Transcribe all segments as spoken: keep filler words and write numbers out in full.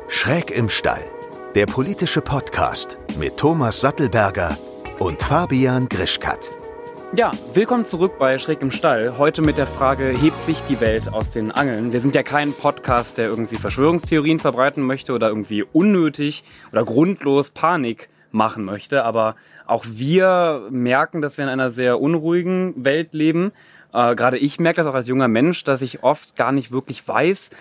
Schräg im Stall, der politische Podcast mit Thomas Sattelberger und Fabian Grischkat. Ja, willkommen zurück bei Schräg im Stall. Heute mit der Frage, hebt sich die Welt aus den Angeln? Wir sind ja kein Podcast, der irgendwie Verschwörungstheorien verbreiten möchte oder irgendwie unnötig oder grundlos Panik machen möchte. Aber auch wir merken, dass wir in einer sehr unruhigen Welt leben. Äh, gerade ich merke das auch als junger Mensch, dass ich oft gar nicht wirklich weiß,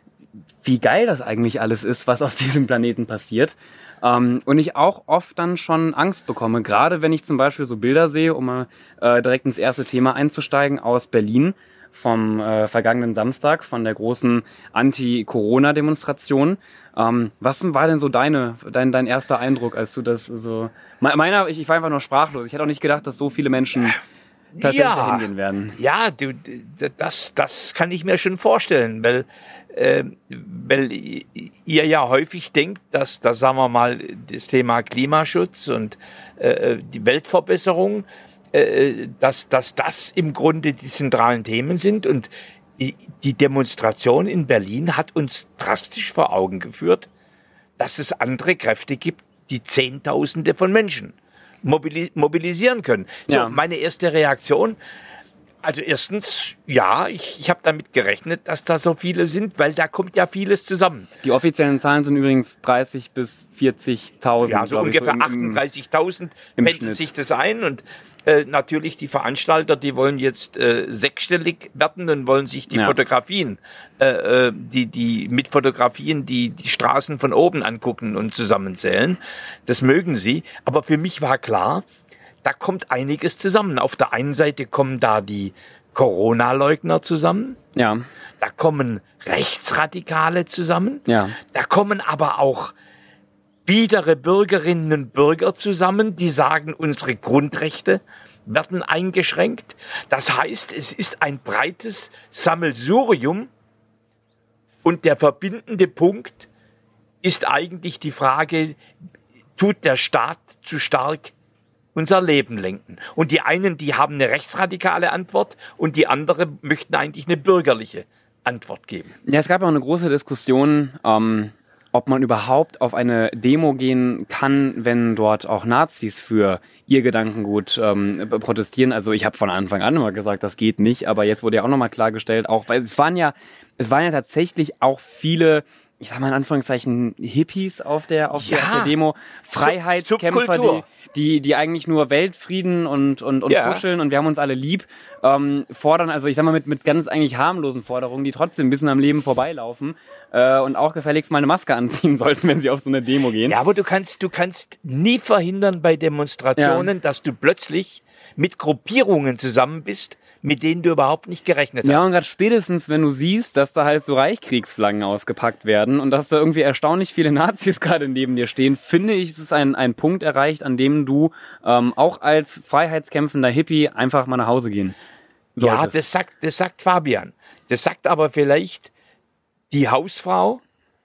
wie geil das eigentlich alles ist, was auf diesem Planeten passiert. Ähm, und ich auch oft dann schon Angst bekomme, gerade wenn ich zum Beispiel so Bilder sehe, um mal äh, direkt ins erste Thema einzusteigen, aus Berlin vom äh, vergangenen Samstag, von der großen Anti-Corona-Demonstration. Ähm, was war denn so deine, dein, dein erster Eindruck, als du das so... Meiner, ich, ich war einfach nur sprachlos. Ich hätte auch nicht gedacht, dass so viele Menschen tatsächlich ja, dahin gehen werden. Ja, du, das, das kann ich mir schon vorstellen, weil... Äh, weil ihr ja häufig denkt, dass, dass sagen wir mal, das Thema Klimaschutz und äh, die Weltverbesserung, äh, dass, dass das im Grunde die zentralen Themen sind. Und die Demonstration in Berlin hat uns drastisch vor Augen geführt, dass es andere Kräfte gibt, die Zehntausende von Menschen mobilis- mobilisieren können. So, Ja. Meine erste Reaktion: Also erstens, ja, ich, ich habe damit gerechnet, dass da so viele sind, weil da kommt ja vieles zusammen. Die offiziellen Zahlen sind übrigens dreißig bis vierzigtausend. Ja, so glaub ich, ungefähr im- im- achtunddreißigtausend im pendelt Schnitt. sich das ein. Und äh, natürlich die Veranstalter, die wollen jetzt äh, sechsstellig werden und wollen sich die Ja. Fotografien, äh, äh, die, die mit Fotografien die, die Straßen von oben angucken und zusammenzählen. Das mögen sie. Aber für mich war klar, da kommt einiges zusammen. Auf der einen Seite kommen da die Corona-Leugner zusammen. Ja, Da kommen Rechtsradikale zusammen. ja. Da kommen aber auch biedere Bürgerinnen und Bürger zusammen, die sagen, unsere Grundrechte werden eingeschränkt. Das heißt, es ist ein breites Sammelsurium. Und der verbindende Punkt ist eigentlich die Frage, tut der Staat zu stark unser Leben lenken? Und die einen, die haben eine rechtsradikale Antwort und die anderen möchten eigentlich eine bürgerliche Antwort geben. Ja, es gab auch eine große Diskussion, ähm, ob man überhaupt auf eine Demo gehen kann, wenn dort auch Nazis für ihr Gedankengut ähm, protestieren. Also ich habe von Anfang an immer gesagt, das geht nicht, aber jetzt wurde ja auch nochmal klargestellt, auch weil es waren ja, es waren ja tatsächlich auch viele, ich sag mal in Anführungszeichen, Hippies auf der, auf der, Ja. auf der Demo, Freiheitskämpfer, die, Subkultur. die, die eigentlich nur Weltfrieden und, und, und Ja. kuscheln und wir haben uns alle lieb, ähm, fordern, also ich sag mal mit, mit ganz eigentlich harmlosen Forderungen, die trotzdem ein bisschen am Leben vorbeilaufen äh, und auch gefälligst mal eine Maske anziehen sollten, wenn sie auf so eine Demo gehen. Ja, aber du kannst, du kannst nie verhindern bei Demonstrationen, Ja. dass du plötzlich mit Gruppierungen zusammen bist, mit denen du überhaupt nicht gerechnet Ja, hast. und gerade spätestens, wenn du siehst, dass da halt so Reichskriegsflaggen ausgepackt werden und dass da irgendwie erstaunlich viele Nazis gerade neben dir stehen, finde ich, es ist ein, ein Punkt erreicht, an dem du ähm, auch als freiheitskämpfender Hippie einfach mal nach Hause gehen Ja, solltest. das sagt, das sagt Fabian. Das sagt aber vielleicht die Hausfrau,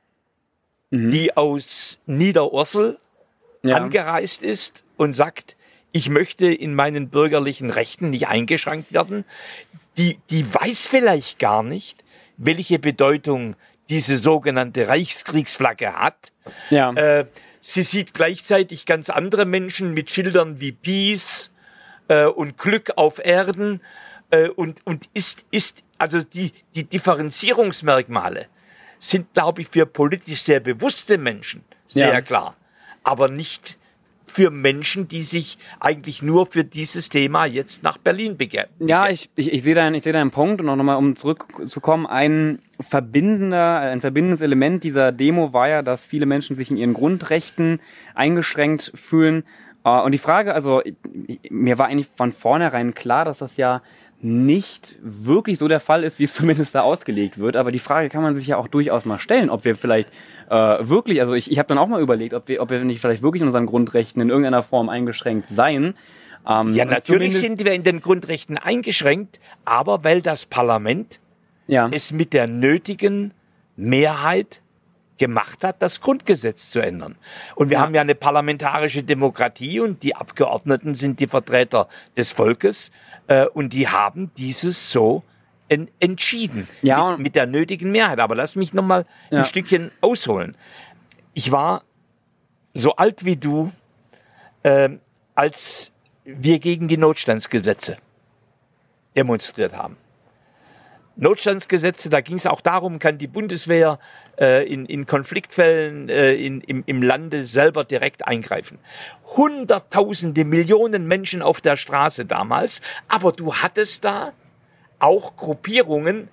Mhm. die aus Niederursel ja. angereist ist und sagt, ich möchte in meinen bürgerlichen Rechten nicht eingeschränkt werden. Die, die weiß vielleicht gar nicht, welche Bedeutung diese sogenannte Reichskriegsflagge hat. Ja. Äh, sie sieht gleichzeitig ganz andere Menschen mit Schildern wie Peace äh, und Glück auf Erden äh, und, und ist, ist, also die, die Differenzierungsmerkmale sind, glaube ich, für politisch sehr bewusste Menschen sehr Ja. klar, aber nicht für Menschen, die sich eigentlich nur für dieses Thema jetzt nach Berlin begeben. Ja, ich, ich, ich sehe da, ich sehe da einen Punkt und auch nochmal, um zurückzukommen, ein verbindender, ein verbindendes Element dieser Demo war ja, dass viele Menschen sich in ihren Grundrechten eingeschränkt fühlen. Äh, Und die Frage, also ich- mir war eigentlich von vornherein klar, dass das ja nicht wirklich so der Fall ist, wie es zumindest da ausgelegt wird. Aber die Frage kann man sich ja auch durchaus mal stellen, ob wir vielleicht äh, wirklich, also ich, ich habe dann auch mal überlegt, ob wir, ob wir nicht vielleicht wirklich in unseren Grundrechten in irgendeiner Form eingeschränkt seien. Ähm, Ja, und natürlich zumindest- sind wir in den Grundrechten eingeschränkt, aber weil das Parlament ja. es mit der nötigen Mehrheit gemacht hat, das Grundgesetz zu ändern. Und wir Ja. haben ja eine parlamentarische Demokratie und die Abgeordneten sind die Vertreter des Volkes äh, und die haben dieses so en- entschieden Ja, mit, und- mit der nötigen Mehrheit. Aber lass mich noch mal Ja. ein Stückchen ausholen. ich war so alt wie du, äh, als wir gegen die Notstandsgesetze demonstriert haben. Notstandsgesetze, da ging es auch darum, kann die Bundeswehr äh, in, in Konfliktfällen äh, in, im, im Lande selber direkt eingreifen. Hunderttausende, Millionen Menschen auf der Straße damals, aber du hattest da auch Gruppierungen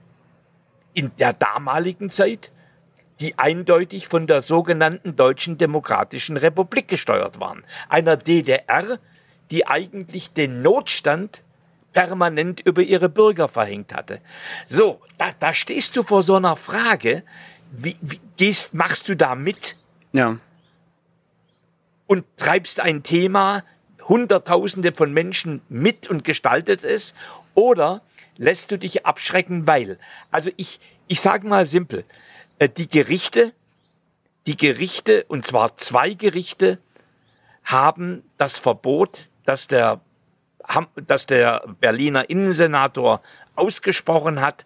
in der damaligen Zeit, die eindeutig von der sogenannten Deutschen Demokratischen Republik gesteuert waren. Einer D D R, die eigentlich den Notstand permanent über ihre Bürger verhängt hatte. So, da, da stehst du vor so einer Frage, wie, wie gehst, machst du da mit? Ja. Und treibst ein Thema, Hunderttausende von Menschen mit und gestaltet es, oder lässt du dich abschrecken, weil, also ich, ich sage mal simpel, die Gerichte, die Gerichte, und zwar zwei Gerichte, haben das Verbot, dass der dass der Berliner Innensenator ausgesprochen hat,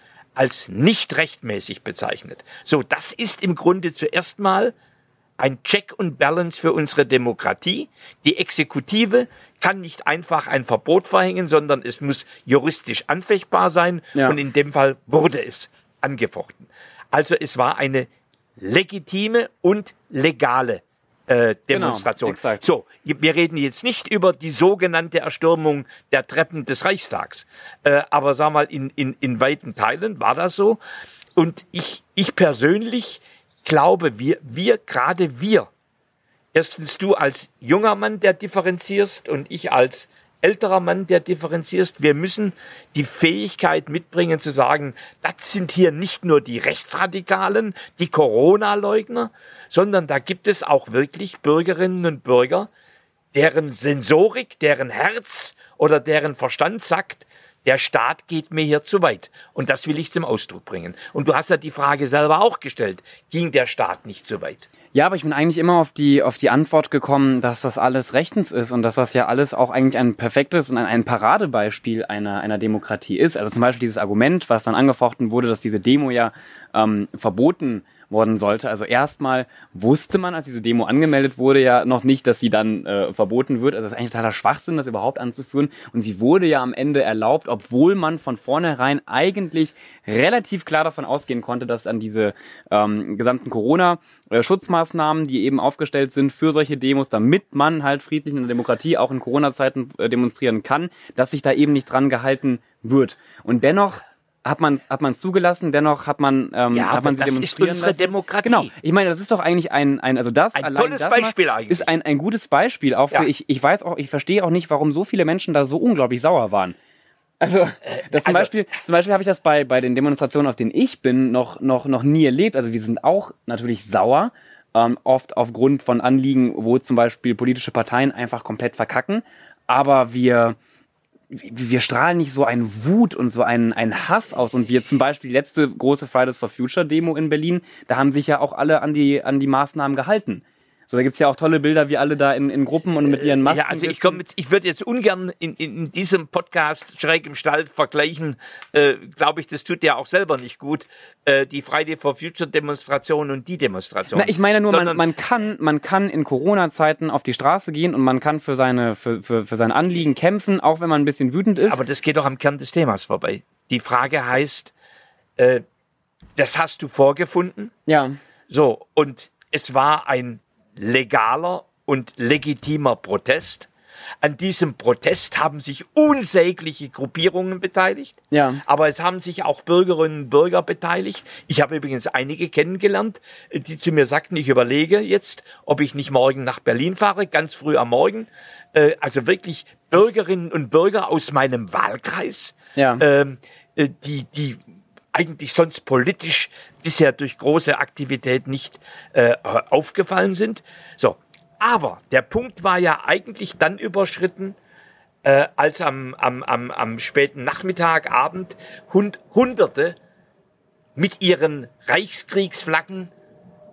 als nicht rechtmäßig bezeichnet. So, das ist im Grunde zuerst mal ein Check und Balance für unsere Demokratie. Die Exekutive kann nicht einfach ein Verbot verhängen, sondern es muss juristisch anfechtbar sein. Ja. Und in dem Fall wurde es angefochten. Also es war eine legitime und legale Äh, Demonstration. Genau, exakt. So, wir reden jetzt nicht über die sogenannte Erstürmung der Treppen des Reichstags, äh, aber sag mal, in, in, in weiten Teilen war das so. Und ich, ich persönlich glaube, wir, wir, gerade wir, erstens du als junger Mann, der differenzierst, und ich als älterer Mann, der differenzierst, wir müssen die Fähigkeit mitbringen zu sagen, das sind hier nicht nur die Rechtsradikalen, die Corona-Leugner, sondern da gibt es auch wirklich Bürgerinnen und Bürger, deren Sensorik, deren Herz oder deren Verstand sagt, der Staat geht mir hier zu weit. Und das will ich zum Ausdruck bringen. Und du hast ja die Frage selber auch gestellt, ging der Staat nicht zu weit? Ja, aber ich bin eigentlich immer auf die, auf die Antwort gekommen, dass das alles rechtens ist und dass das ja alles auch eigentlich ein perfektes und ein, ein Paradebeispiel einer, einer Demokratie ist. Also zum Beispiel dieses Argument, was dann angefochten wurde, dass diese Demo ja ähm, verboten worden sollte. Also erstmal wusste man, als diese Demo angemeldet wurde, ja noch nicht, dass sie dann äh, verboten wird. Also das ist eigentlich totaler Schwachsinn, das überhaupt anzuführen. Und sie wurde ja am Ende erlaubt, obwohl man von vornherein eigentlich relativ klar davon ausgehen konnte, dass an diese ähm, gesamten Corona-Schutzmaßnahmen, die eben aufgestellt sind für solche Demos, damit man halt friedlich in der Demokratie auch in Corona-Zeiten äh, demonstrieren kann, dass sich da eben nicht dran gehalten wird. Und dennoch hat man hat man zugelassen, dennoch hat man ähm, ja, hat man sie das demonstrieren ist unsere lassen. Demokratie. Genau. Ich meine, das ist doch eigentlich ein ein also das ein allein tolles das Beispiel eigentlich. Ist ein ein gutes Beispiel auch für ja. ich ich weiß auch ich verstehe auch nicht, warum so viele Menschen da so unglaublich sauer waren. Also, das zum also, Beispiel, zum Beispiel habe ich das bei bei den Demonstrationen, auf denen ich bin, noch noch noch nie erlebt. Also wir sind auch natürlich sauer, ähm, oft aufgrund von Anliegen, wo zum Beispiel politische Parteien einfach komplett verkacken. Aber wir wir strahlen nicht so einen Wut und so einen, einen Hass aus. Und wir zum Beispiel die letzte große Fridays for Future Demo in Berlin, da haben sich ja auch alle an die, an die Maßnahmen gehalten. So, da gibt's ja auch tolle Bilder, wie alle da in, in Gruppen und mit ihren Masken. Ja, also ich komme jetzt, ich würde jetzt ungern in, in, in diesem Podcast schräg im Stall vergleichen, äh, glaube ich, das tut ja auch selber nicht gut, äh, die Friday for Future Demonstration und die Demonstration. Na, ich meine nur, Sondern, man, man kann, man kann in Corona-Zeiten auf die Straße gehen und man kann für seine, für, für, für sein Anliegen kämpfen, auch wenn man ein bisschen wütend ist. Aber das geht doch am Kern des Themas vorbei. Die Frage heißt, äh, das hast du vorgefunden? Ja. So, und es war ein legaler und legitimer Protest. An diesem Protest haben sich unsägliche Gruppierungen beteiligt, ja. aber es haben sich auch Bürgerinnen und Bürger beteiligt. Ich habe übrigens einige kennengelernt, die zu mir sagten, ich überlege jetzt, ob ich nicht morgen nach Berlin fahre, ganz früh am Morgen. Also wirklich Bürgerinnen und Bürger aus meinem Wahlkreis, ja. die, die eigentlich sonst politisch bisher durch große Aktivität nicht äh, aufgefallen sind. So, aber der Punkt war ja eigentlich dann überschritten, äh, als am, am, am, am späten Nachmittag, Abend hund, Hunderte mit ihren Reichskriegsflaggen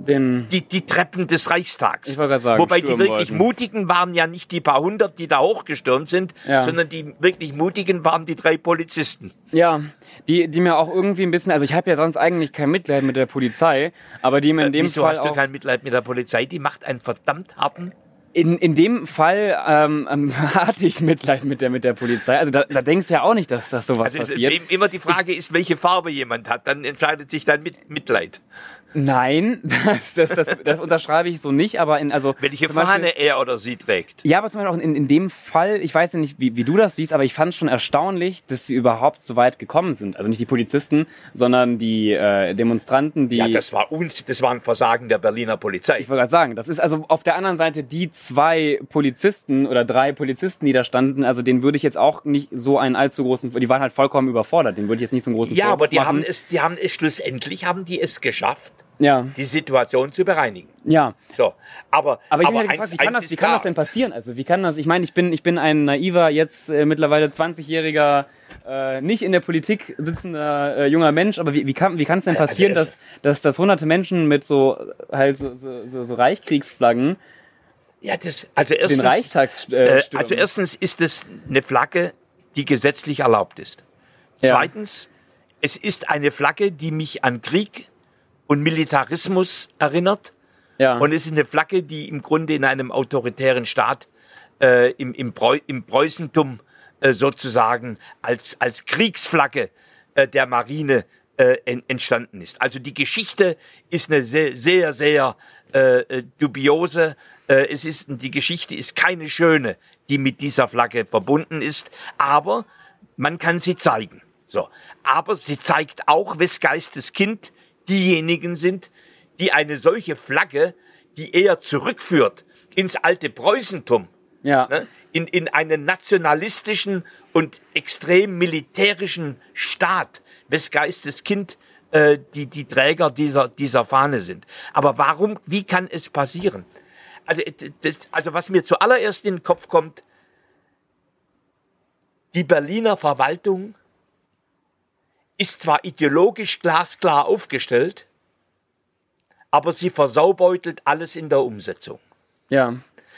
Den die, die Treppen des Reichstags. Ich wollte gerade sagen, Wobei die wirklich wollten. Mutigen waren ja nicht die paar hundert, die da hochgestürmt sind, ja. sondern die wirklich Mutigen waren die drei Polizisten. Ja, die, die mir auch irgendwie ein bisschen, also ich habe ja sonst eigentlich kein Mitleid mit der Polizei, aber die mir in äh, dem wieso Fall hast du auch kein Mitleid mit der Polizei? Die macht einen verdammt harten... In, in dem Fall ähm, ähm, hatte ich Mitleid mit der, mit der Polizei. Also da, da denkst du ja auch nicht, dass das sowas Also passiert. Ist, immer die Frage ist, welche Farbe jemand hat. Dann entscheidet sich dein mit Mitleid. Nein, das, das, das, das unterschreibe ich so nicht, aber in, also. Welche zum Beispiel, Fahne er oder sie trägt. Ja, aber zum Beispiel auch in, in dem Fall, ich weiß ja nicht, wie, wie du das siehst, aber ich fand es schon erstaunlich, dass sie überhaupt so weit gekommen sind. Also nicht die Polizisten, sondern die äh, Demonstranten, die. Ja, das war uns, das war ein Versagen der Berliner Polizei. Ich wollte gerade sagen, das ist also auf der anderen Seite die zwei Polizisten oder drei Polizisten, die da standen, also denen würde ich jetzt auch nicht so einen allzu großen, die waren halt vollkommen überfordert, denen würde ich jetzt nicht so einen großen Ja, Vorwurf aber die machen. haben es, die haben es schlussendlich, haben die es geschafft, Ja. die Situation zu bereinigen. Ja. So, aber, Aber ich aber habe mich eins, gefragt, wie kann, eins das, ist wie kann das klar. denn passieren? Also wie kann das, ich meine, ich bin, ich bin ein naiver, jetzt äh, mittlerweile zwanzigjähriger, äh, nicht in der Politik sitzender äh, junger Mensch, aber wie, wie kann wie kann es denn Also passieren, es- dass, dass, dass hunderte Menschen mit so halt so, so, so, so Reichskriegsflaggen Ja, das, also den erstens, Reichstag äh, äh, stürmen? also erstens ist es eine Flagge, die gesetzlich erlaubt ist. Ja. Zweitens, es ist eine Flagge, die mich an Krieg und Militarismus erinnert. ja. Und es ist eine Flagge, die im Grunde in einem autoritären Staat, äh, im, im, Preu im Preußentum äh, sozusagen als, als Kriegsflagge äh, der Marine äh, en, entstanden ist. Also die Geschichte ist eine sehr, sehr, sehr äh, äh, dubiose. Äh, es ist, die Geschichte ist keine schöne, die mit dieser Flagge verbunden ist. Aber man kann sie zeigen. So. Aber sie zeigt auch, wes Geistes Kind diejenigen sind, die eine solche Flagge, die eher zurückführt ins alte Preußentum, ja. ne, in, in einen nationalistischen und extrem militärischen Staat, wes Geistes Kind äh, die, die Träger dieser, dieser Fahne sind. Aber warum, wie kann es passieren? Also, das, also was mir zuallererst in den Kopf kommt, die Berliner Verwaltung ist zwar ideologisch glasklar aufgestellt, aber sie versaubeutelt alles in der Umsetzung. Ja.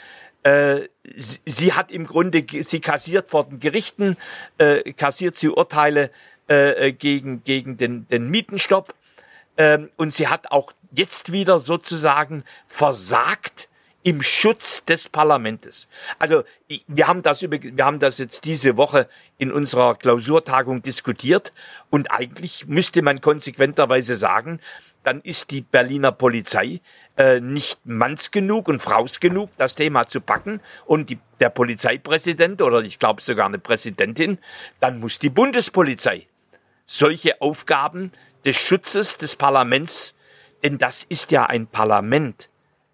Äh, sie, sie hat im Grunde, sie kassiert vor den Gerichten, äh, kassiert sie Urteile äh, gegen, gegen den, den Mietenstopp. Ähm, und sie hat auch jetzt wieder sozusagen versagt im Schutz des Parlaments. Also ich- wir haben das über, wir haben das jetzt diese Woche in unserer Klausurtagung diskutiert und eigentlich müsste man konsequenterweise sagen, dann ist die Berliner Polizei äh, nicht manns genug und fraus genug, das Thema zu packen und die, der Polizeipräsident oder ich glaube sogar eine Präsidentin, dann muss die Bundespolizei solche Aufgaben des Schutzes des Parlaments, denn das ist ja ein Parlament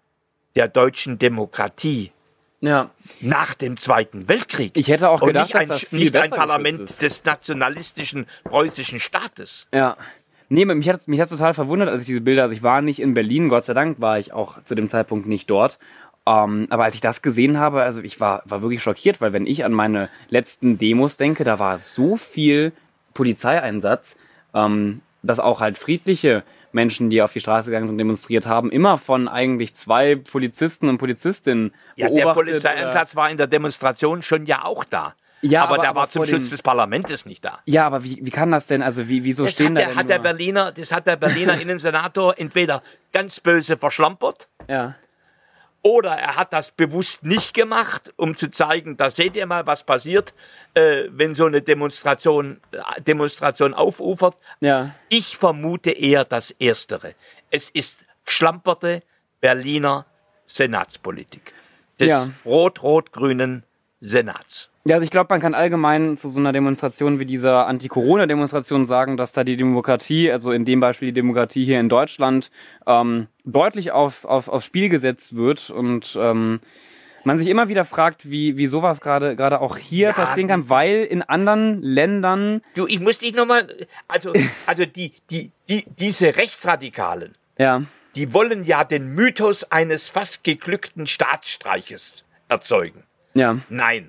der deutschen Demokratie Ja. nach dem Zweiten Weltkrieg. Ich hätte auch Und gedacht, nicht dass ein, das viel nicht ein besser Parlament geschützt ist. des nationalistischen preußischen Staates. Ja. Nee, mich hat mich hat's total verwundert, als ich diese Bilder, also ich war nicht in Berlin, Gott sei Dank war ich auch zu dem Zeitpunkt nicht dort. Ähm, aber als ich das gesehen habe, also ich war, war wirklich schockiert, weil wenn ich an meine letzten Demos denke, da war so viel Polizeieinsatz, ähm, dass auch halt friedliche Menschen, die auf die Straße gegangen sind und demonstriert haben, immer von eigentlich zwei Polizisten und Polizistinnen Ja, der beobachtet Polizeieinsatz war in der Demonstration schon ja auch da. Ja, aber, aber- der aber war zum vor dem- Schutz des Parlaments nicht da. Ja, aber wie, wie kann das denn, also wie, wieso Das stehen hat da der, denn hat der nur- Berliner, das hat der Berliner Innensenator entweder ganz böse verschlampert Ja. oder er hat das bewusst nicht gemacht, um zu zeigen, da seht ihr mal, was passiert, äh, wenn so eine Demonstration, äh, Demonstration aufufert. Ja. Ich vermute eher das Erstere. Es ist schlamperte Berliner Senatspolitik des Ja. rot-rot-grünen Senats. Ja, also ich glaube, man kann allgemein zu so einer Demonstration wie dieser Anti-Corona-Demonstration sagen, dass da die Demokratie, also in dem Beispiel die Demokratie hier in Deutschland, ähm, deutlich aufs, auf, aufs Spiel gesetzt wird und ähm, man sich immer wieder fragt, wie, wie sowas gerade gerade auch hier Ja. passieren kann, weil in anderen Ländern, Du, ich muss dich nochmal, also, also die, die, die, diese Rechtsradikalen, ja, die wollen ja den Mythos eines fast geglückten Staatsstreiches erzeugen. ja, Nein.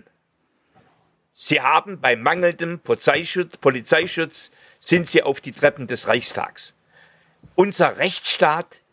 Sie haben bei mangelndem Polizeischutz, Polizeischutz sind sie auf die Treppen des Reichstags. Unser Rechtsstaat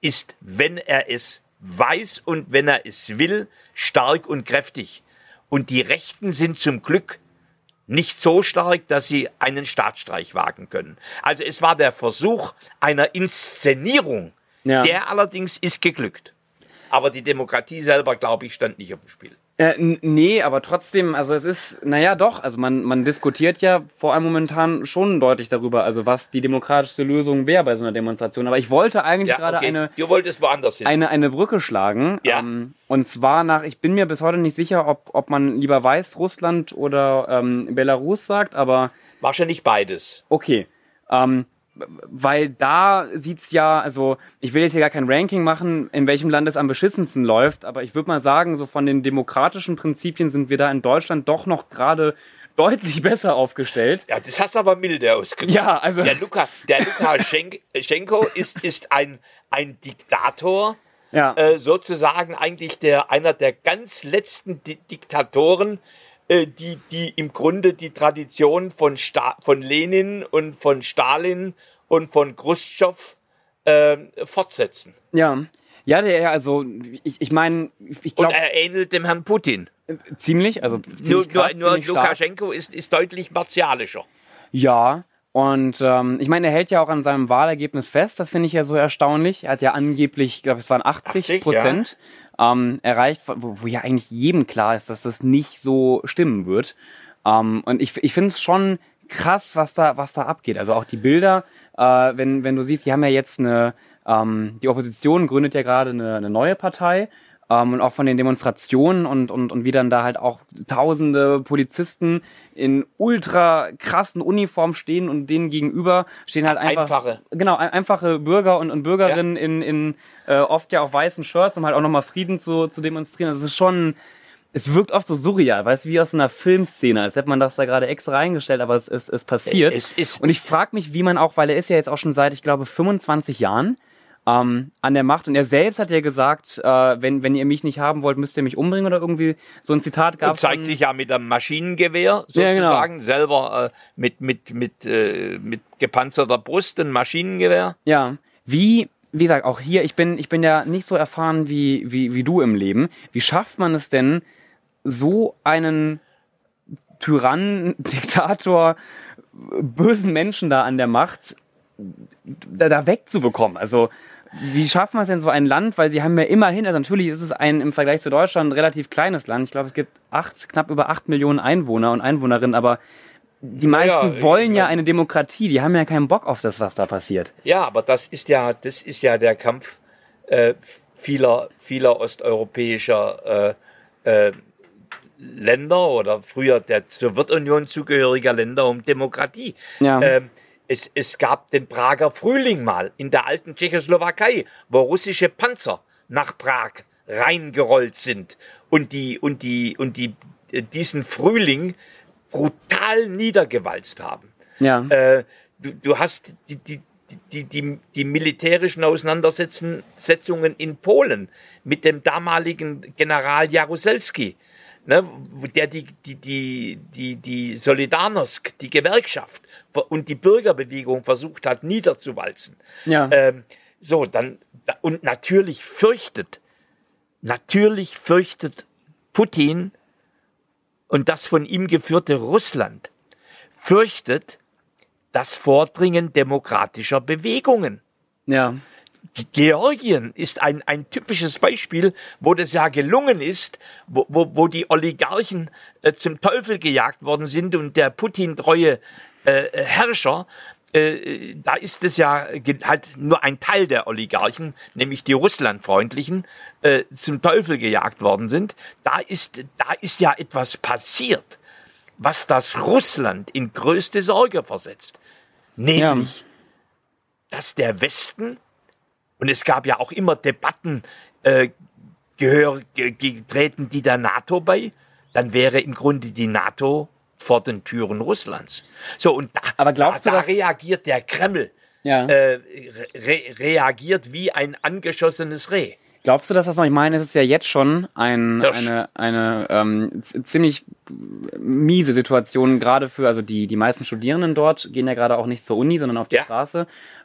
ist, wenn er es weiß und wenn er es will, stark und kräftig. Und die Rechten sind zum Glück nicht so stark, dass sie einen Staatsstreich wagen können. Also es war der Versuch einer Inszenierung, ja. Der allerdings ist geglückt. Aber die Demokratie selber, glaube ich, stand nicht auf dem Spiel. Äh, nee, aber trotzdem, also es ist, naja doch, also man, man diskutiert ja vor allem momentan schon deutlich darüber, also was die demokratischste Lösung wäre bei so einer Demonstration. Aber ich wollte eigentlich ja, gerade okay. eine, du wolltest woanders hin. eine eine Brücke schlagen. Ja. Ähm, und zwar nach, ich bin mir bis heute nicht sicher, ob, ob man lieber Weißrussland oder ähm, Belarus sagt, aber... Wahrscheinlich beides. Okay, ähm... weil da sieht's ja, also ich will jetzt hier gar kein Ranking machen, in welchem Land es am beschissensten läuft, aber ich würde mal sagen, so von den demokratischen Prinzipien sind wir da in Deutschland doch noch gerade deutlich besser aufgestellt. Ja, das hast du aber milde ausgedrückt. Ja, also der Luka, der Lukaschenko ist, ist ein, ein Diktator, ja. äh, sozusagen eigentlich der, einer der ganz letzten Di- Diktatoren, äh, die, die im Grunde die Tradition von, Sta- von Lenin und von Stalin und von Chruschtschow äh, fortsetzen. Ja, ja, der, also ich, ich meine, ich glaube... Und er ähnelt dem Herrn Putin. Ziemlich, also ziemlich Nur, krass, nur, nur ziemlich Lukaschenko ist, ist deutlich martialischer. Ja, und ähm, ich meine, er hält ja auch an seinem Wahlergebnis fest, das finde ich ja so erstaunlich. Er hat ja angeblich, ich glaube, es waren achtzig Prozent ja. ähm, erreicht, wo, wo ja eigentlich jedem klar ist, dass das nicht so stimmen wird. Ähm, und ich, ich finde es schon krass, was da, was da abgeht. Also auch die Bilder, äh, wenn, wenn du siehst, die haben ja jetzt eine, ähm, die Opposition gründet ja gerade eine, eine neue Partei. Um, und auch von den Demonstrationen und, und, und wie dann da halt auch tausende Polizisten in ultra krassen Uniformen stehen und denen gegenüber stehen halt einfach einfache, genau, einfache Bürger und, und Bürgerinnen ja. in, in äh, oft ja auch weißen Shirts, um halt auch nochmal Frieden zu, zu demonstrieren. Das ist schon, es wirkt oft so surreal, weißt du, wie aus einer Filmszene, als hätte man das da gerade extra reingestellt, aber es ist es passiert. Es ist und ich frage mich, wie man auch, weil er ist ja jetzt auch schon seit, ich glaube, fünfundzwanzig Jahren Ähm, an der Macht. Und er selbst hat ja gesagt, äh, wenn, wenn ihr mich nicht haben wollt, müsst ihr mich umbringen oder irgendwie so ein Zitat gab. Und zeigt sich ja mit einem Maschinengewehr sozusagen, ja, genau. selber äh, mit, mit, mit, äh, mit gepanzerter Brust, ein Maschinengewehr. Ja, wie, wie gesagt, auch hier, ich bin, ich bin ja nicht so erfahren wie, wie, wie du im Leben. Wie schafft man es denn, so einen Tyrannen, Diktator, bösen Menschen da an der Macht da, da wegzubekommen? Also wie schafft man es denn so ein Land, weil sie haben ja immerhin, also natürlich ist es ein im Vergleich zu Deutschland ein relativ kleines Land, ich glaube es gibt acht, knapp über acht Millionen Einwohner und Einwohnerinnen, aber die meisten ja, wollen ja, ja eine Demokratie, die haben ja keinen Bock auf das, was da passiert. Ja, aber das ist ja, das ist ja der Kampf äh, vieler, vieler osteuropäischer äh, äh, Länder oder früher der Sowjetunion zugehöriger Länder um Demokratie. Ja. Ähm, Es, es gab den Prager Frühling mal in der alten Tschechoslowakei, wo russische Panzer nach Prag reingerollt sind und die und die und die diesen Frühling brutal niedergewalzt haben. Ja. Äh, du, du hast die die die die die militärischen Auseinandersetzungen in Polen mit dem damaligen General Jaruzelski, ne, der die die die die die Solidarność, die Gewerkschaft und die Bürgerbewegung versucht hat niederzuwalzen. Ja. Ähm, so, dann und natürlich fürchtet, natürlich fürchtet Putin und das von ihm geführte Russland fürchtet das Vordringen demokratischer Bewegungen. Ja. Georgien ist ein, ein typisches Beispiel, wo das ja gelungen ist, wo, wo, wo die Oligarchen äh, zum Teufel gejagt worden sind und der Putin-treue äh, Herrscher, äh, da ist es ja halt nur ein Teil der Oligarchen, nämlich die Russlandfreundlichen, äh, zum Teufel gejagt worden sind. Da ist, da ist ja etwas passiert, was das Russland in größte Sorge versetzt. Nämlich, ja. dass der Westen, und es gab ja auch immer Debatten, äh, gehör, ge, treten die der NATO bei, dann wäre im Grunde die NATO vor den Türen Russlands. So, und da, Aber glaubst da, du, da dass reagiert der Kreml, ja. äh, re, reagiert wie ein angeschossenes Reh. Glaubst du, dass das noch, ich meine, es ist ja jetzt schon ein, ja. eine, eine ähm, z- ziemlich miese Situation, gerade für, also die, die meisten Studierenden dort gehen ja gerade auch nicht zur Uni, sondern auf die ja. Straße.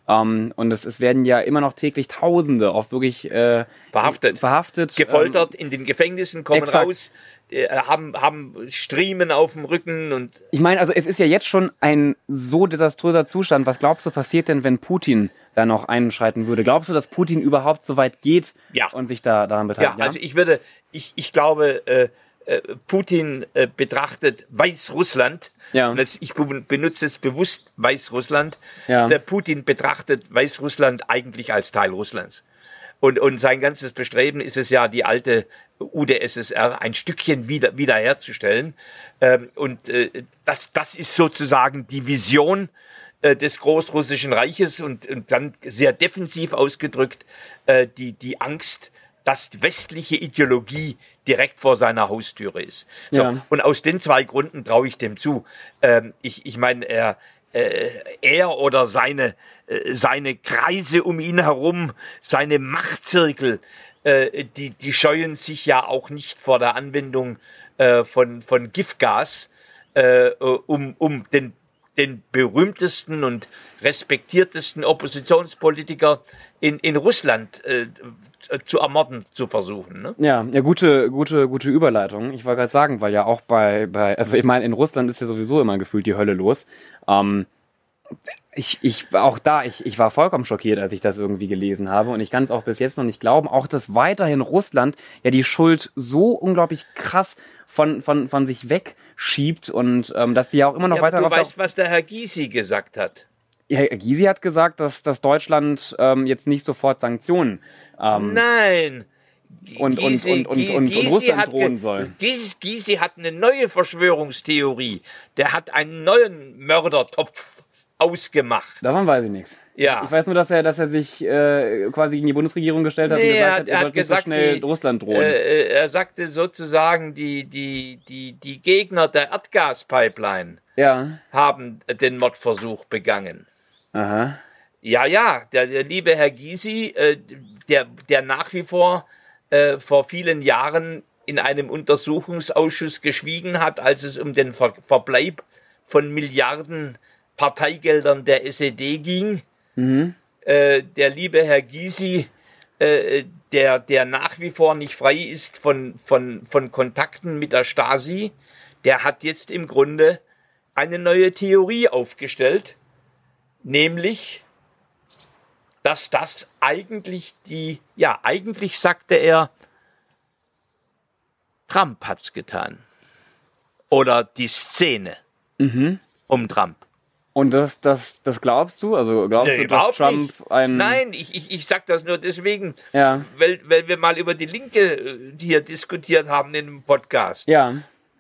Ähm, und es, es werden ja immer noch täglich Tausende auch wirklich äh, verhaftet, verhaftet gefoltert, ähm, in den Gefängnissen, kommen exakt. raus, äh, haben, haben Striemen auf dem Rücken. Und ich meine, also es ist ja jetzt schon ein so desaströser Zustand. Was glaubst du, passiert denn, wenn Putin da noch einschreiten würde? Glaubst du, dass Putin überhaupt so weit geht ja. und sich da daran beteiligt? Ja, also ich würde, ich, ich glaube, äh, äh, Putin äh, betrachtet Weißrussland, Ja. und jetzt, ich benutze jetzt bewusst Weißrussland, Ja. der Putin betrachtet Weißrussland eigentlich als Teil Russlands. Und, und sein ganzes Bestreben ist es ja, die alte U d S S R ein Stückchen wieder, wiederherzustellen. Ähm, und äh, das, das ist sozusagen die Vision äh, des Großrussischen Reiches und, und dann sehr defensiv ausgedrückt äh, die, die Angst, dass die westliche Ideologie direkt vor seiner Haustüre ist. So, Ja. und aus den zwei Gründen traue ich dem zu. Ähm, ich ich meine, er, äh, er oder seine, äh, seine Kreise um ihn herum, seine Machtzirkel, äh, die, die scheuen sich ja auch nicht vor der Anwendung äh, von, von Giftgas, äh, um, um den, den berühmtesten und respektiertesten Oppositionspolitiker in, in Russland äh, zu ermorden zu versuchen. Ne? Ja, ja, gute, gute, gute Überleitung. Ich wollte gerade sagen, weil ja auch bei, bei, also ich meine, in Russland ist ja sowieso immer gefühlt die Hölle los. Ähm, ich, ich, auch da, ich, ich war vollkommen schockiert, als ich das irgendwie gelesen habe und ich kann es auch bis jetzt noch nicht glauben, auch dass weiterhin Russland ja die Schuld so unglaublich krass von, von, von sich wegschiebt und ähm, dass sie ja auch immer noch Ja, weiter aber du darauf- weißt, was der Herr Gysi gesagt hat. Herr Gysi hat gesagt, dass, dass Deutschland ähm, jetzt nicht sofort Sanktionen ähm, Nein. und, und, Gysi- und, und, Gy- und, und Gysi Russland hat ge- drohen soll. Gysi, Gysi hat eine neue Verschwörungstheorie. Der hat einen neuen Mördertopf ausgemacht. Davon weiß ich nichts. Ja. Ich weiß nur, dass er, dass er sich äh, quasi gegen die Bundesregierung gestellt hat Nee, und gesagt er hat, hat- er er hat sollte nicht so gesagt, schnell die- Russland drohen. Äh, er sagte sozusagen, die, die, die, die Gegner der Erdgaspipeline ja. haben den Mordversuch begangen. Aha. Ja, ja, der, der liebe Herr Gysi, äh, der, der nach wie vor äh, vor vielen Jahren in einem Untersuchungsausschuss geschwiegen hat, als es um den Ver Verbleib von Milliarden Parteigeldern der S E D ging. Mhm. Äh, der liebe Herr Gysi, äh, der, der nach wie vor nicht frei ist von, von, von Kontakten mit der Stasi, der hat jetzt im Grunde eine neue Theorie aufgestellt, nämlich, dass das eigentlich die, ja, eigentlich sagte er, Trump hat's getan. Oder die Szene Mhm. um Trump. Und das, das, das glaubst du? Also glaubst Nee, du, dass überhaupt Trump nicht. ein... Nein, ich, ich, ich sag das nur deswegen, Ja. weil, weil wir mal über die Linke äh, hier diskutiert haben in einem Podcast. Ja.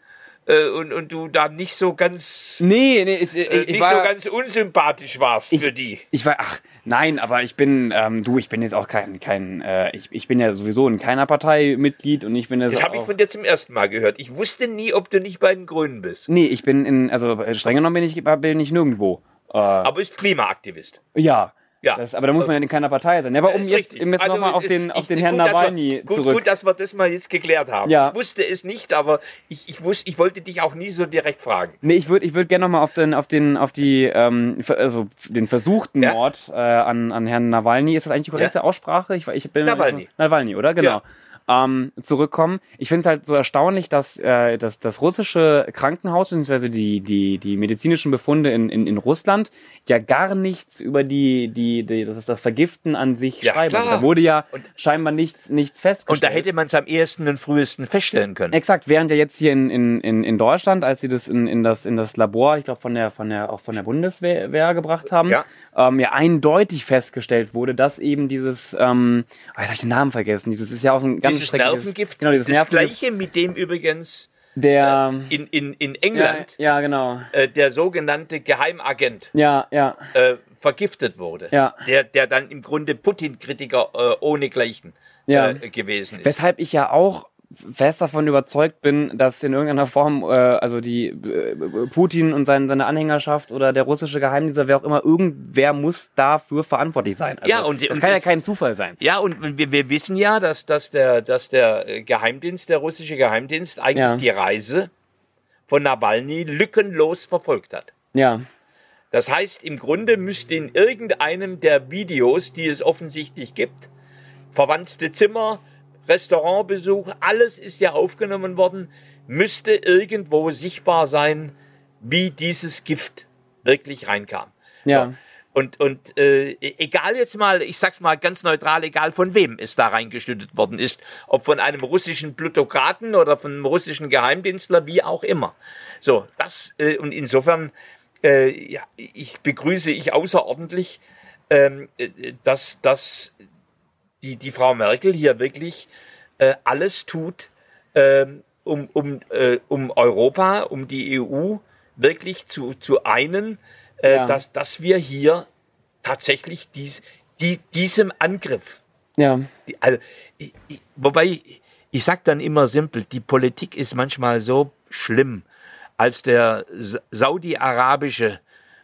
Äh, und, und du da nicht so ganz, Nee, nee, ich, ich, äh, ich nicht war... so ganz unsympathisch warst ich, für die. Ich war, ach, nein, aber ich bin, ähm, du, ich bin jetzt auch kein, kein, äh, ich, ich bin ja sowieso in keiner Partei Mitglied und ich bin jetzt Das habe ich auch- von dir zum ersten Mal gehört. Ich wusste nie, ob du nicht bei den Grünen bist. Nee, ich bin in, also äh, streng genommen bin ich, bin ich nirgendwo. Äh, Aber ist Klimaaktivist. ja. Ja. Das, aber da muss man ja in keiner Partei sein. Ja, aber um Ist jetzt, richtig. um jetzt Also, nochmal auf den, ich- auf den Herrn gut, dass wir- Nawalny gut, zurück. Gut, dass wir das mal jetzt geklärt haben. Ja. Ich wusste es nicht, aber ich, ich, wusste, ich wollte dich auch nie so direkt fragen. Nee, ich würde ich würd gerne nochmal auf den, auf den, auf die, ähm, ver- also den versuchten Ja. Mord äh, an, an Herrn Nawalny. Ist das eigentlich die korrekte Aussprache? Ich, ich bin Nawalny. Nawalny, oder? Genau. Ähm, zurückkommen. Ich finde es halt so erstaunlich, dass, äh, dass das russische Krankenhaus, beziehungsweise die, die, die medizinischen Befunde in, in, in Russland ja gar nichts über die, die, die das ist das Vergiften an sich Ja, schreiben. klar. Also da wurde ja Und- scheinbar nichts, nichts Und festgestellt. da hätte man es am ehesten und frühesten feststellen können. Exakt, während ja jetzt hier in, in, in, in Deutschland, als sie das in, in, das, in das Labor, ich glaube von der, von der, auch von der Bundeswehr Wehr gebracht haben, Ja. ähm, ja eindeutig festgestellt wurde, dass eben dieses, ähm, oh, jetzt habe ich den Namen vergessen, dieses ist ja auch so ein ganz Dieses schreckliches- Nervengift, genau, dieses das Nervengift, gleiche, mit dem übrigens der, in, in, in ja, England ja, genau, äh, der sogenannte Geheimagent ja, ja, äh, vergiftet wurde. Ja. Der, der dann im Grunde Putin-Kritiker äh, ohnegleichen Ja. äh, gewesen ist. weshalb ich ja auch fest davon überzeugt bin, dass in irgendeiner Form, äh, also die äh, Putin und sein, seine Anhängerschaft oder der russische Geheimdienst, wer auch immer, irgendwer muss dafür verantwortlich sein. Also, Ja, und die- das und kann ja das- kein Zufall sein. Ja, und wir, wir wissen ja, dass, dass, der, dass der äh, Geheimdienst, der russische Geheimdienst, eigentlich Ja. die Reise von Nawalny lückenlos verfolgt hat. Ja, Das heißt, im Grunde müsste in irgendeinem der Videos, die es offensichtlich gibt, verwandte Zimmer, Restaurantbesuch, alles ist ja aufgenommen worden, müsste irgendwo sichtbar sein, wie dieses Gift wirklich reinkam. Ja. So. Und, und äh, egal jetzt mal, ich sag's mal ganz neutral, egal von wem es da reingeschüttet worden ist, ob von einem russischen Plutokraten oder von einem russischen Geheimdienstler, wie auch immer. So, das, äh, und insofern, äh, ja, ich begrüße ich außerordentlich, ähm, dass, dass die, die Frau Merkel hier wirklich äh, alles tut, äh, um, um, äh, um Europa, um die E U wirklich zu, zu einen, Äh, ja. dass, dass wir hier tatsächlich dies, die, diesem Angriff, Ja. die, also, ich, ich, wobei ich, ich sage dann immer simpel, die Politik ist manchmal so schlimm, als der saudi-arabische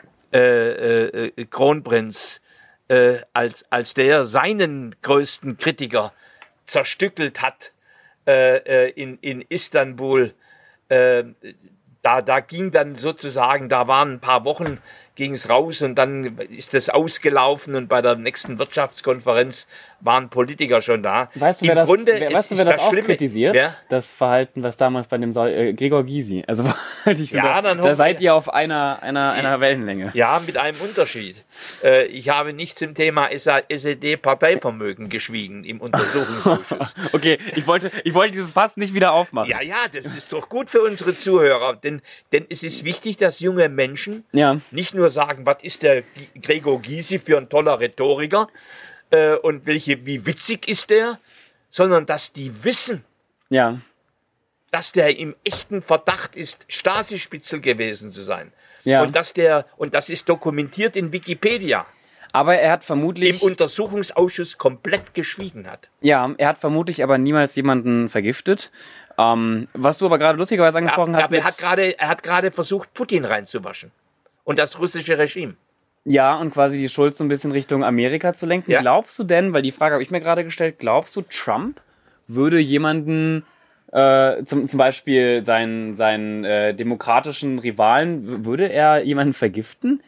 äh, äh, Kronprinz, äh, als, als der seinen größten Kritiker zerstückelt hat äh, äh, in, in Istanbul, äh, da, da ging dann sozusagen, da waren ein paar Wochen, ging es raus und dann ist das ausgelaufen und bei der nächsten Wirtschaftskonferenz waren Politiker schon da. Weißt du, Im wer das, Grunde wer, ist, weißt du, ist wer das das auch Schlimme, kritisiert? wer? Das Verhalten, was damals bei dem Sa äh, Gregor Gysi. Also ich Ja, da, dann da hoffe seid ich- ihr auf einer, einer, einer Wellenlänge. Ja, mit einem Unterschied. Äh, ich habe nicht zum Thema S E D-Parteivermögen geschwiegen im Untersuchungsausschuss. Okay, ich wollte, ich wollte dieses Fass nicht wieder aufmachen. Ja, ja, das ist doch gut für unsere Zuhörer, denn, denn es ist wichtig, dass junge Menschen Ja. nicht nur sagen, was ist der G- Gregor Gysi für ein toller Rhetoriker äh, und welche, wie witzig ist der, sondern dass die wissen, Ja. dass der im echten Verdacht ist, Stasi-Spitzel gewesen zu sein. Ja. Und dass der, und das ist dokumentiert in Wikipedia, Aber er hat im vermutlich, Untersuchungsausschuss komplett geschwiegen hat. ja, er hat vermutlich aber niemals jemanden vergiftet. Ähm, was du aber gerade lustigerweise angesprochen Aber hast. er mit- hat gerade, er hat gerade versucht, Putin reinzuwaschen. Und das russische Regime. Ja, und quasi die Schuld so ein bisschen Richtung Amerika zu lenken. Ja. Glaubst du denn, weil die Frage habe ich mir gerade gestellt, glaubst du, Trump würde jemanden, äh, zum, zum Beispiel seinen, seinen äh, demokratischen Rivalen, w- würde er jemanden vergiften?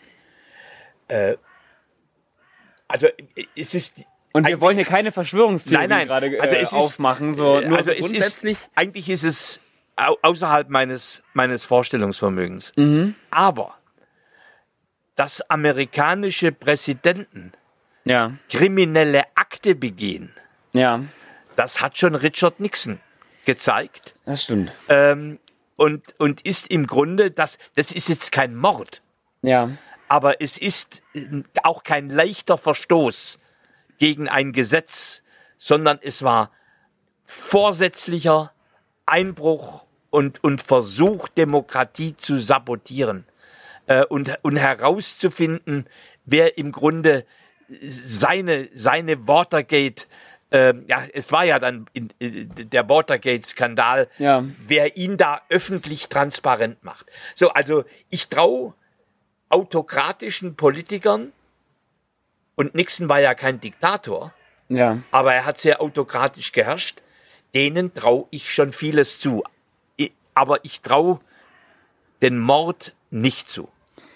Also es ist Und wir eigentlich- wollen hier keine Verschwörungstheorie Nein, nein. gerade äh, Also es ist- aufmachen, so äh, nur also so es grundsätzlich. Ist, eigentlich ist es au außerhalb meines, meines Vorstellungsvermögens. Mhm. Aber dass amerikanische Präsidenten Ja, kriminelle Akte begehen, ja, das hat schon Richard Nixon gezeigt. das stimmt. Ähm, und, und ist im Grunde, das, das ist jetzt kein Mord, Ja, aber es ist äh, auch kein leichter Verstoß gegen ein Gesetz, sondern es war vorsätzlicher Einbruch und, und Versuch, Demokratie zu sabotieren äh, und, und herauszufinden, wer im Grunde seine, seine Watergate, äh, ja, es war ja dann in, äh, der Watergate-Skandal, Ja. wer ihn da öffentlich transparent macht. So, also ich traue autokratischen Politikern, und Nixon war ja kein Diktator, ja. aber er hat sehr autokratisch geherrscht, denen traue ich schon vieles zu. I- Aber ich traue den Mord nicht zu.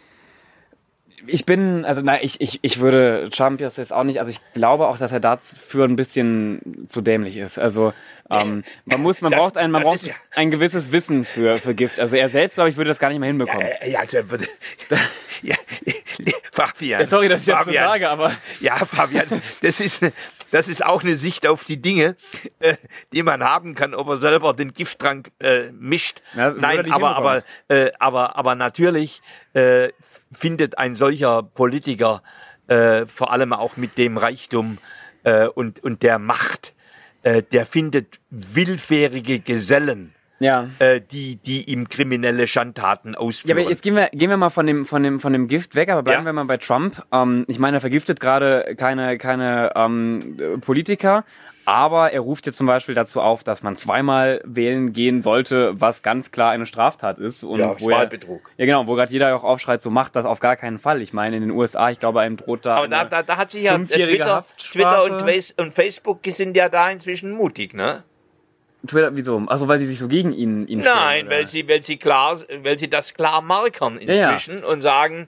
Ich bin, also nein, ich, ich, ich würde Trump jetzt auch nicht, also ich glaube auch, dass er dafür ein bisschen zu dämlich ist. Also ähm, man muss, man Das- braucht ein, man das braucht ist ja- ein gewisses Wissen für, für Gift. Also er selbst, glaube ich, würde das gar nicht mehr hinbekommen. Äh, ja, also, er würde- ja, Fabian. Ja, sorry, dass ich das so Fabian. sage, aber Ja, Fabian, das ist, das ist auch eine Sicht auf die Dinge, äh, die man haben kann, ob er selber den Gifttrank äh, mischt. Ja, das würde er Nein, nicht aber, aber, hinbekommen. äh, aber, aber natürlich äh, findet ein solcher Politiker, äh, vor allem auch mit dem Reichtum äh, und, und der Macht, äh, der findet willfährige Gesellen, ja. äh, die, die ihm kriminelle Schandtaten Ja, ausführen. aber jetzt gehen wir, gehen wir mal von dem, von dem, von dem Gift weg, aber bleiben Ja. wir mal bei Trump. Ähm, ich meine, er vergiftet gerade keine, keine ähm, äh, Politiker, aber er ruft jetzt zum Beispiel dazu auf, dass man zweimal wählen gehen sollte, was ganz klar eine Straftat ist. Und Ja, wo er, Wahlbetrug. ja, genau, wo gerade jeder auch aufschreit, so macht das auf gar keinen Fall. Ich meine, in den U S A, ich glaube, einem droht da. Aber da, eine da, da hat sich ja äh, fünfjährige Twitter, Haftstrafe. Twitter und, Face- und Facebook sind ja da inzwischen mutig, ne? Twitter, wieso? Achso, weil sie sich so gegen ihn, ihn stellen. Nein, oder? weil sie, weil sie klar, weil sie das klar markern Ja, ja. inzwischen und sagen,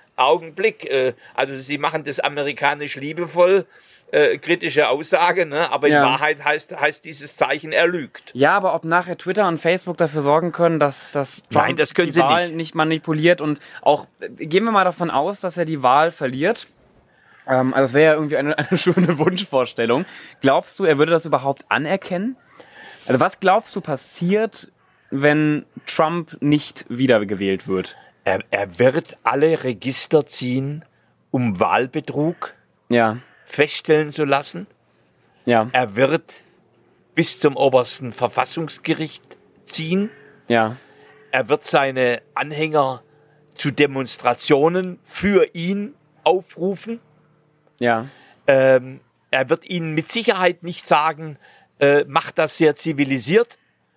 Augenblick. Äh, also sie machen das amerikanisch liebevoll, äh, kritische Aussage, ne? Aber Ja. in Wahrheit heißt, heißt dieses Zeichen, er lügt. Ja, aber ob nachher Twitter und Facebook dafür sorgen können, dass, dass Trump Nein, das können die sie Wahl nicht. nicht manipuliert und auch, äh, gehen wir mal davon aus, dass er die Wahl verliert. Ähm, also das wäre ja irgendwie eine, eine schöne Wunschvorstellung. Glaubst du, er würde das überhaupt anerkennen? Also was glaubst du passiert, wenn Trump nicht wiedergewählt wird? Er, er wird alle Register ziehen, um Wahlbetrug Ja, feststellen zu lassen. ja, Er wird bis zum obersten Verfassungsgericht ziehen. ja, Er wird seine Anhänger zu Demonstrationen für ihn aufrufen. ja, Ähm, er wird ihnen mit Sicherheit nicht sagen, äh, macht das sehr zivilisiert.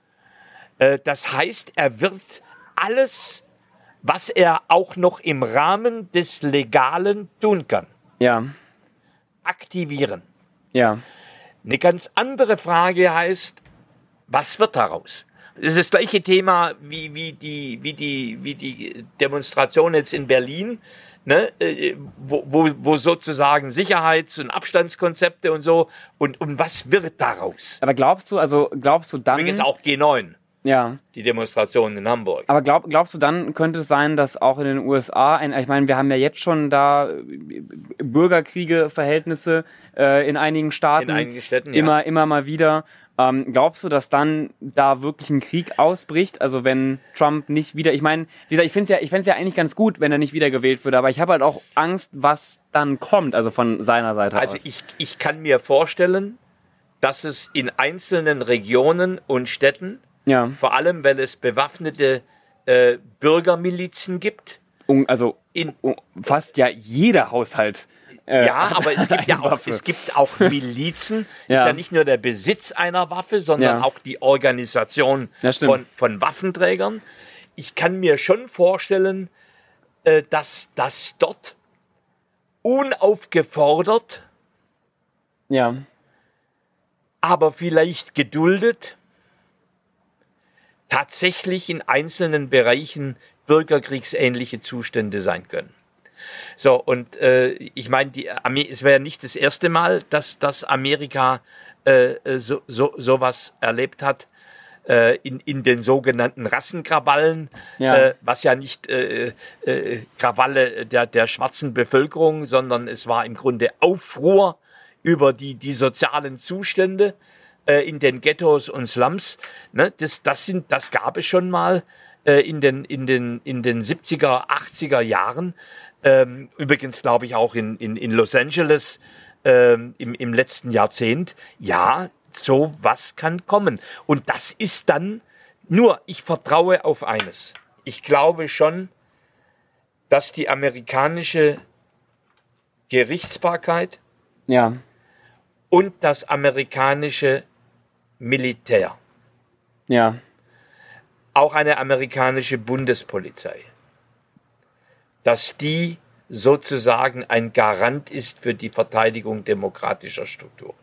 Äh, das heißt, er wird alles, was er auch noch im Rahmen des Legalen tun kann, ja, aktivieren. ja, Eine ganz andere Frage heißt, was wird daraus? Das ist das gleiche Thema wie, wie, die, wie, die, wie die Demonstration jetzt in Berlin, ne? äh, wo, wo, wo sozusagen Sicherheits- und Abstandskonzepte und so. Und, und was wird daraus? Aber glaubst du, also glaubst du dann... Übrigens auch G neun, Ja, die Demonstration in Hamburg. aber glaub, glaubst du dann, könnte es sein, dass auch in den U S A, ein, ich meine, wir haben ja jetzt schon da äh, Bürgerkriege, Verhältnisse äh, in einigen Staaten. In einigen Städten, ja. Immer, immer mal wieder. Ähm, glaubst du, dass dann da wirklich ein Krieg ausbricht? Also wenn Trump nicht wieder, ich meine, wie gesagt, ich finde es ja, ich find's ja eigentlich ganz gut, wenn er nicht wiedergewählt würde, aber ich habe halt auch Angst, was dann kommt, also von seiner Seite Also aus. ich, ich kann mir vorstellen, dass es in einzelnen Regionen und Städten, Ja, vor allem weil es bewaffnete äh, Bürgermilizen gibt, Un, also in, un, fast ja jeder Haushalt. Äh, ja, aber es gibt ja eine auch, Waffe. es gibt auch Milizen. Ja. Ist ja nicht nur der Besitz einer Waffe, sondern Ja. auch die Organisation Ja, stimmt. von, von Waffenträgern. Ich kann mir schon vorstellen, äh, dass das dort unaufgefordert, Ja, aber vielleicht geduldet, tatsächlich in einzelnen Bereichen bürgerkriegsähnliche Zustände sein können. So, und äh, ich meine, die Amer- es wäre nicht das erste Mal, dass, dass Amerika äh, so, so, sowas erlebt hat, äh, in, in den sogenannten Rassenkrawallen, Ja. Äh, was ja nicht äh, äh, Krawalle der, der schwarzen Bevölkerung, sondern es war im Grunde Aufruhr über die, die sozialen Zustände äh, in den Ghettos und Slums. Ne? Das, das, sind, das gab es schon mal äh, in, den, in, den, in den siebziger, achtziger Jahren. Ähm, übrigens glaube ich auch in, in, in Los Angeles ähm, im, im letzten Jahrzehnt. Ja, so was kann kommen. Und das ist dann nur, ich vertraue auf eines. Ich glaube schon, dass die amerikanische Gerichtsbarkeit ja, und das amerikanische Militär, ja, auch eine amerikanische Bundespolizei, dass die sozusagen ein Garant ist für die Verteidigung demokratischer Strukturen.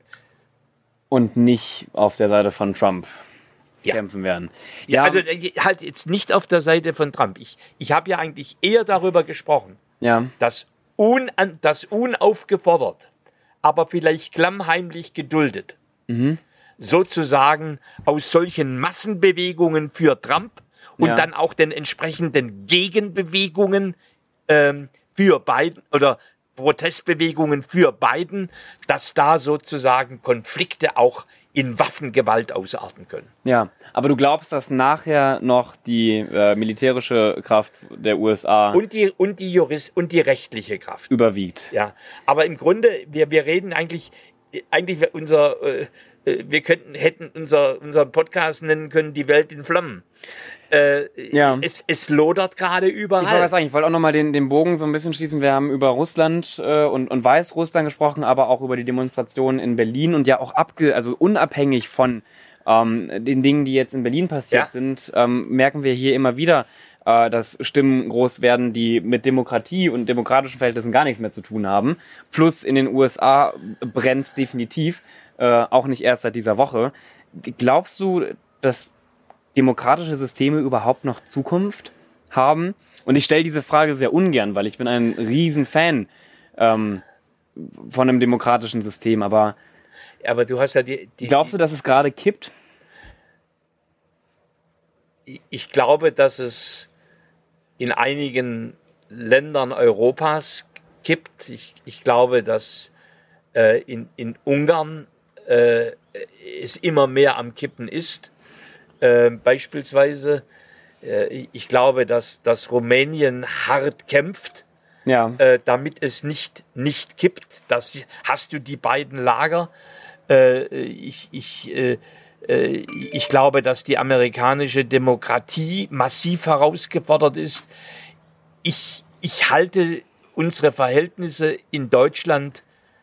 und nicht auf der Seite von Trump Ja. kämpfen werden. Ja, also äh, halt jetzt nicht auf der Seite von Trump. Ich, ich habe ja eigentlich eher darüber gesprochen, ja, dass, unan, dass unaufgefordert, aber vielleicht klammheimlich geduldet, mhm. sozusagen aus solchen Massenbewegungen für Trump und Ja. dann auch den entsprechenden Gegenbewegungen ähm, für Biden oder Protestbewegungen für Biden, dass da sozusagen Konflikte auch in Waffengewalt ausarten können. Ja, aber du glaubst, dass nachher noch die äh, militärische Kraft der U S A Und die, und die Jurist und die rechtliche Kraft. überwiegt. Ja, aber im Grunde, wir, wir reden eigentlich, eigentlich wir- unser, äh, äh, wir könnten, hätten unser, unseren Podcast nennen können, die Welt in Flammen. Äh, Ja. es, es lodert gerade Ich wollte überall. gerade sagen, ich wollte auch nochmal den, den Bogen so ein bisschen schließen. Wir haben über Russland äh, und, und Weißrussland gesprochen, aber auch über die Demonstrationen in Berlin und ja auch abge also unabhängig von ähm, den Dingen, die jetzt in Berlin passiert Ja. sind, ähm, merken wir hier immer wieder, äh, dass Stimmen groß werden, die mit Demokratie und demokratischen Verhältnissen gar nichts mehr zu tun haben. Plus in den U S A brennt es definitiv, äh, auch nicht erst seit dieser Woche. Glaubst du, dass demokratische Systeme überhaupt noch Zukunft haben? Und ich stelle diese Frage sehr ungern, weil ich bin ein Riesenfan ähm, von einem demokratischen System. Aber, aber du hast ja die, die glaubst du, dass es gerade kippt? Ich glaube, dass es in einigen Ländern Europas kippt. Ich, ich glaube, dass äh, in, in Ungarn äh, es immer mehr am Kippen ist. Äh, beispielsweise, äh, ich glaube, dass, dass Rumänien hart kämpft, ja. äh, damit es nicht, nicht kippt. Das hast du die beiden Lager. Äh, ich, ich, äh, äh, ich glaube, dass die amerikanische Demokratie massiv herausgefordert ist. Ich, ich halte unsere Verhältnisse in Deutschland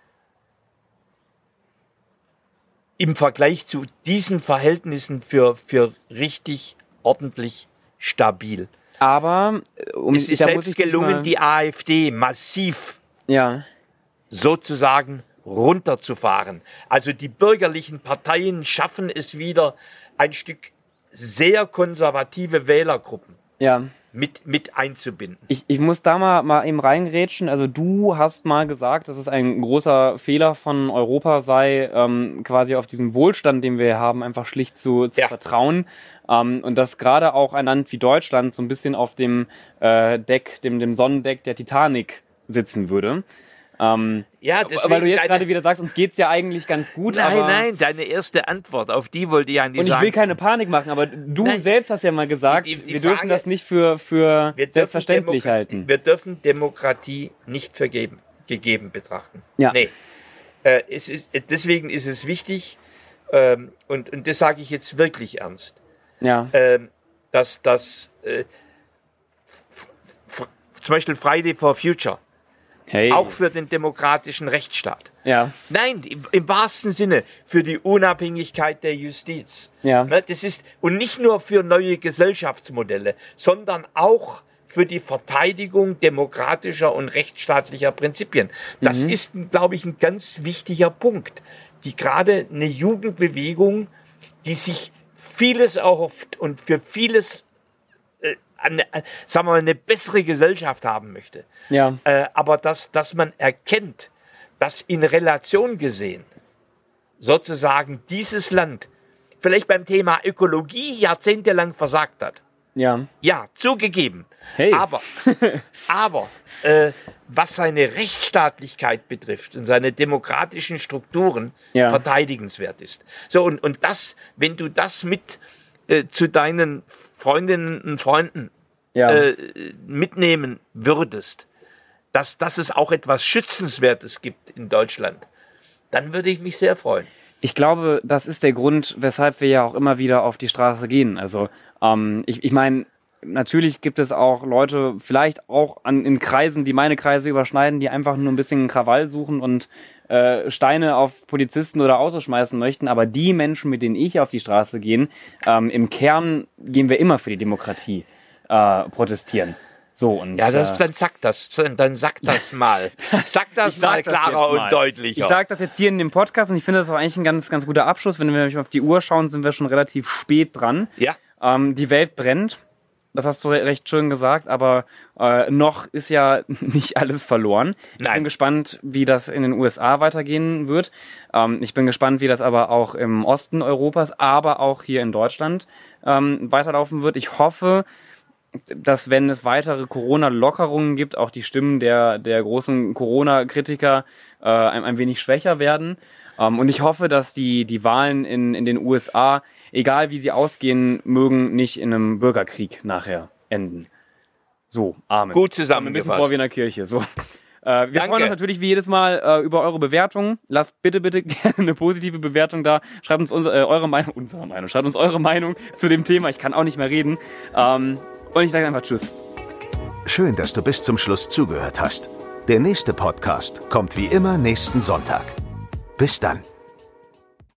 im Vergleich zu diesen Verhältnissen für, für richtig ordentlich stabil. Aber um, es ist selbst gelungen, die AfD massiv ja. sozusagen runterzufahren. Also die bürgerlichen Parteien schaffen es wieder, ein Stück sehr konservative Wählergruppen ja. mit, mit einzubinden. Ich, ich muss da mal, mal eben reingrätschen. Also du hast mal gesagt, dass es ein großer Fehler von Europa sei, ähm, quasi auf diesen Wohlstand, den wir haben, einfach schlicht zu, zu ja. vertrauen. Ähm, und dass gerade auch ein Land wie Deutschland so ein bisschen auf dem äh, Deck, dem, dem Sonnendeck der Titanic sitzen würde. Ähm, ja, deswegen, weil du jetzt gerade wieder sagst, uns geht's ja eigentlich ganz gut. Nein, aber nein, deine erste Antwort, auf die wollte ich eigentlich sagen. Und ich sagen. will keine Panik machen, aber du Nein. selbst hast ja mal gesagt, Die- die- die wir Frage- dürfen das nicht für, für Wir dürfen selbstverständlich Demokratie- halten. Wir dürfen Demokratie nicht für geben, gegeben betrachten. Ja. Nee. Äh, es ist, deswegen ist es wichtig, ähm, und, und das sage ich jetzt wirklich ernst, Ja, ähm, dass das äh, f- f- zum Beispiel Friday for Future, hey. auch für den demokratischen Rechtsstaat. Ja, Nein, im, im wahrsten Sinne für die Unabhängigkeit der Justiz. ja, Ne, das ist, und nicht nur für neue Gesellschaftsmodelle, sondern auch für die Verteidigung demokratischer und rechtsstaatlicher Prinzipien. Das Mhm. ist, glaube ich, ein ganz wichtiger Punkt. Die gerade eine Jugendbewegung, die sich vieles erhofft und für vieles äh, eine, äh, sagen wir mal, eine bessere Gesellschaft haben möchte. ja, Äh, aber dass, dass man erkennt, dass in Relation gesehen sozusagen dieses Land vielleicht beim Thema Ökologie jahrzehntelang versagt hat. ja. Ja, zugegeben. Hey. Aber, aber äh, was seine Rechtsstaatlichkeit betrifft und seine demokratischen Strukturen Ja. verteidigenswert ist. So, und, und das, wenn du das mit äh, zu deinen Freundinnen und Freunden Ja. äh, mitnehmen würdest, dass, dass es auch etwas Schützenswertes gibt in Deutschland, dann würde ich mich sehr freuen. Ich glaube, das ist der Grund, weshalb wir ja auch immer wieder auf die Straße gehen. Also ähm, ich, ich meine, natürlich gibt es auch Leute, vielleicht auch an, in Kreisen, die meine Kreise überschneiden, die einfach nur ein bisschen Krawall suchen und äh, Steine auf Polizisten oder Autos schmeißen möchten. Aber die Menschen, mit denen ich auf die Straße gehe, ähm, im Kern gehen wir immer für die Demokratie äh, protestieren. So, und, Ja, das, äh, dann sag das, dann sag das mal. Sag das Ich sag mal das klarer jetzt mal. und deutlicher. Ich sage das jetzt hier in dem Podcast und ich finde das auch eigentlich ein ganz, ganz guter Abschluss. Wenn wir nämlich auf die Uhr schauen, sind wir schon relativ spät dran. Ja. Ähm, die Welt brennt. Das hast du re- recht schön gesagt, aber äh, noch ist ja nicht alles verloren. Ich Nein. bin gespannt, wie das in den U S A weitergehen wird. Ähm, ich bin gespannt, wie das aber auch im Osten Europas, aber auch hier in Deutschland ähm, weiterlaufen wird. Ich hoffe, dass wenn es weitere Corona-Lockerungen gibt, auch die Stimmen der, der großen Corona-Kritiker äh, ein, ein wenig schwächer werden. Ähm, und ich hoffe, dass die, die Wahlen in, in den U S A, egal wie sie ausgehen mögen, nicht in einem Bürgerkrieg nachher enden. So, Amen. Gut Ein bisschen zusammengefasst. vor wie in der Kirche. So. Äh, wir Danke. freuen uns natürlich wie jedes Mal äh, über eure Bewertung. Lasst bitte, bitte gerne eine positive Bewertung da. Schreibt uns unsere, äh, eure Meinung, unsere Meinung, schreibt uns eure Meinung zu dem Thema. Ich kann auch nicht mehr reden. Ähm, und ich sage einfach Tschüss. Schön, dass du bis zum Schluss zugehört hast. Der nächste Podcast kommt wie immer nächsten Sonntag. Bis dann.